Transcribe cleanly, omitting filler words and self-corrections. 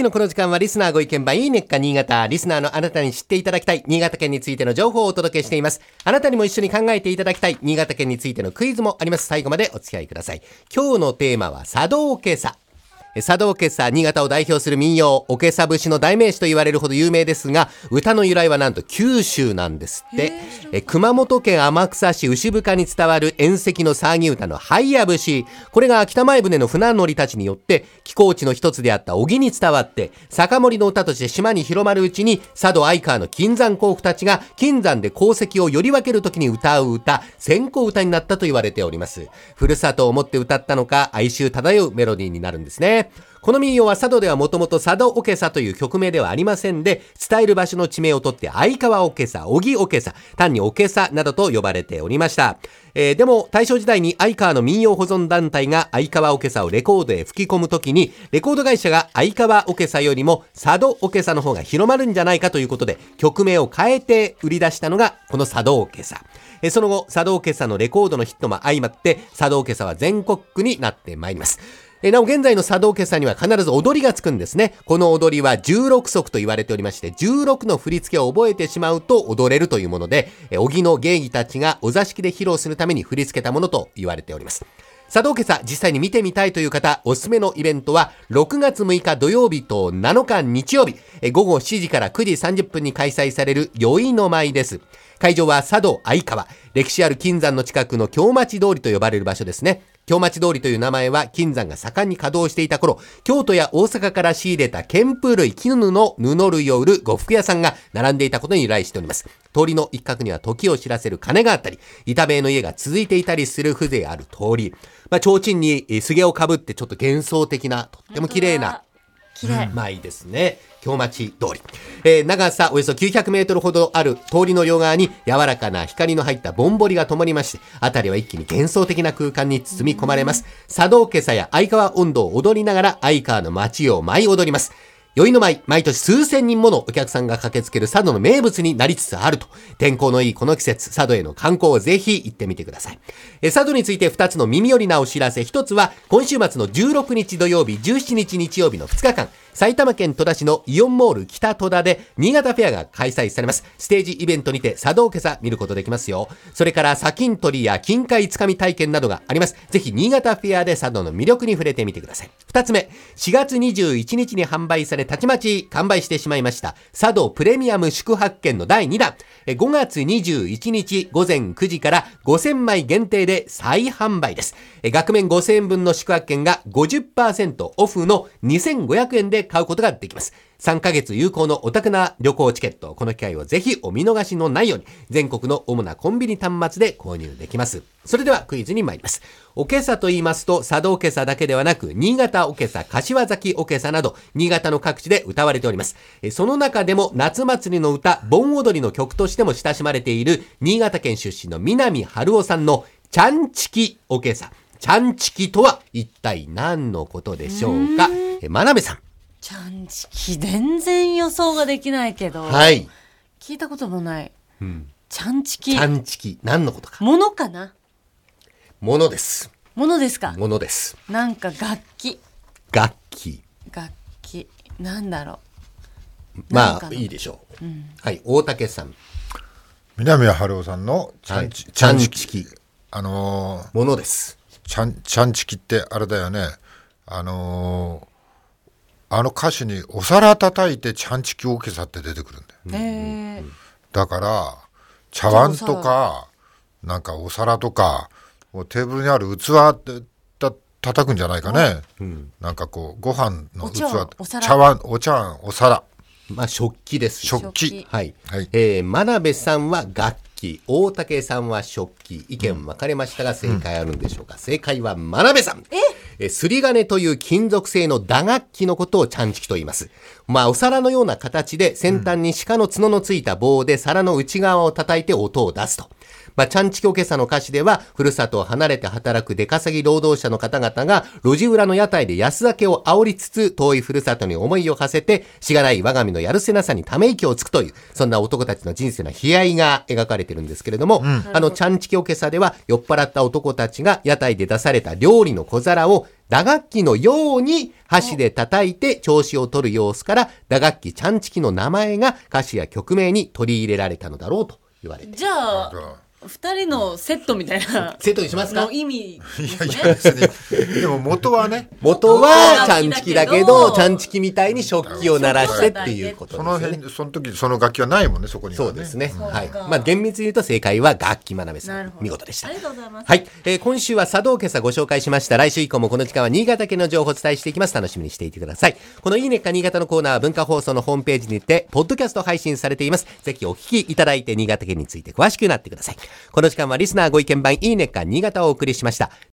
のこの時間はリスナーご意見番いいねっか新潟。リスナーのあなたに知っていただきたい新潟県についての情報をお届けしています。あなたにも一緒に考えていただきたい新潟県についてのクイズもあります。最後までお付き合いください。今日のテーマは茶道けさ。茶道けさ、新潟を代表する民謡、おけさ節の代名詞と言われるほど有名ですが、歌の由来はなんと九州なんですって。熊本県天草市牛深に伝わる縁石の騒ぎ歌のハイヤ節。これが北前船の船乗りたちによって寄港地の一つであった小木に伝わって、酒盛りの歌として島に広まるうちに、佐渡相川の金山甲府たちが金山で鉱石をより分けるときに歌う歌、線香歌になったと言われております。ふるさとを思って歌ったのか、哀愁漂うメロディーになるんですね。この民謡は佐渡ではもともと佐渡おけさという曲名ではありませんで、伝える場所の地名を取って相川おけさ、小木おけさ、単におけさなどと呼ばれておりました。でも大正時代に相川の民謡保存団体が相川おけさをレコードへ吹き込むときに、レコード会社が相川おけさよりも佐渡おけさの方が広まるんじゃないかということで、曲名を変えて売り出したのがこの佐渡おけさ。その後、佐渡おけさのレコードのヒットも相まって、佐渡おけさは全国区になってまいります。なお現在の佐渡おけさには必ず踊りがつくんですね。この踊りは16足と言われておりまして、16の振り付けを覚えてしまうと踊れるというもので、小木の芸妓たちがお座敷で披露するために振り付けたものと言われております。佐渡おけさ実際に見てみたいという方、おすすめのイベントは6月6日土曜日と7日日曜日、午後7時から9時30分に開催される宵の舞です。会場は佐渡相川、歴史ある金山の近くの京町通りと呼ばれる場所ですね。京町通りという名前は金山が盛んに稼働していた頃、京都や大阪から仕入れた絹布類、絹の布類を売る呉服屋さんが並んでいたことに由来しております。通りの一角には時を知らせる鐘があったり、板塀の家が続いていたりする風情ある通り、提灯に菅をかぶってちょっと幻想的な、とっても綺麗な舞ですね。京町通り、長さおよそ900メートルほどある通りの両側に柔らかな光の入ったぼんぼりが灯りまして、辺りは一気に幻想的な空間に包み込まれます。佐渡おけさや相川音頭を踊りながら相川の街を舞い踊ります。宵の舞、毎年数千人ものお客さんが駆けつける佐渡の名物になりつつあると。天候のいいこの季節、佐渡への観光をぜひ行ってみてください。佐渡について2つの耳寄りなお知らせ。1つは今週末の16日土曜日、17日日曜日の2日間、埼玉県戸田市のイオンモール北戸田で新潟フェアが開催されます。ステージイベントにて佐渡おけさ見ることできますよ。それから砂金取りや金塊つかみ体験などがあります。ぜひ新潟フェアで佐渡の魅力に触れてみてください。2つ目、4月21日に販売されたちまち完売してしまいました佐渡プレミアム宿泊券の第2弾、5月21日午前9時から5000枚限定で再販売です。額面5000円分の宿泊券が 50% オフの2500円で買うことができます。3ヶ月有効のお得な旅行チケット、この機会をぜひお見逃しのないように全国の主なコンビニ端末で購入できます。それではクイズに参ります。おけさと言いますと佐渡おけさだけではなく新潟おけさ、柏崎おけさなど新潟の各地で歌われております。その中でも夏祭りの歌、盆踊りの曲としても親しまれている新潟県出身の南春夫さんのちゃんちきおけさ。ちゃんちきとは一体何のことでしょうか。真鍋さん。 ちゃんちき、全然予想ができないけど、 はい、 聞いたこともない、ちゃんちき。 ちゃんちき、何のことか。 ものかな。 ものです。 ものですか。 ものです。 なんか楽器。 楽器。 なんだろう。まあいいでしょう、はい、大竹さん。 南春夫さんのちゃんちき、 ものです。 ちゃんちきってあれだよね、歌詞にお皿叩いてちゃんちきおけさって出てくるんだよ。だから茶碗とかなんかお皿とかテーブルにある器って叩くんじゃないかね、なんかこうご飯の器、茶碗、お茶碗、お皿、 食器です。 食器。 はい。真鍋さんは楽器、大竹さんは食器。意見分かれましたが、正解あるんでしょうか。正解は真鍋さん。すり金という金属製の打楽器のことをちゃんちきと言います。お皿のような形で先端に鹿の角のついた棒で皿の内側を叩いて音を出すと。 ちゃんちきょけさの歌詞では、ふるさとを離れて働く出稼ぎ労働者の方々が、路地裏の屋台で安酒を煽りつつ、遠いふるさとに思いを馳せて、しがない我が身のやるせなさにため息をつくという、そんな男たちの人生の悲哀が描かれてるんですけれども、ちゃんちきょけさでは、酔っ払った男たちが屋台で出された料理の小皿を、打楽器のように箸で叩いて調子を取る様子から、打楽器ちゃんちきの名前が歌詞や曲名に取り入れられたのだろうと言われて。 じゃあ、二人のセットみたいな。 セットにしますか？ の意味。 いやいや別に。でも元はね。 元はちゃんちきだけど、ちゃんちきみたいに食器を鳴らしてっていうことですよね。 その時その楽器はないもんね、そこにはね。 そうですね。はい。厳密に言うと正解は楽器真鍋さん。見事でした。 ありがとうございます。 はい。今週は茶道今朝ご紹介しました。来週以降もこの時間は新潟県の情報をお伝えしていきます。楽しみにしていてください。このいいねっか新潟のコーナーは文化放送のホームページにて、ポッドキャスト配信されています。ぜひお聞きいただいて新潟県について詳しくなってください。この時間はリスナーご意見番いいねっか新潟をお送りしました。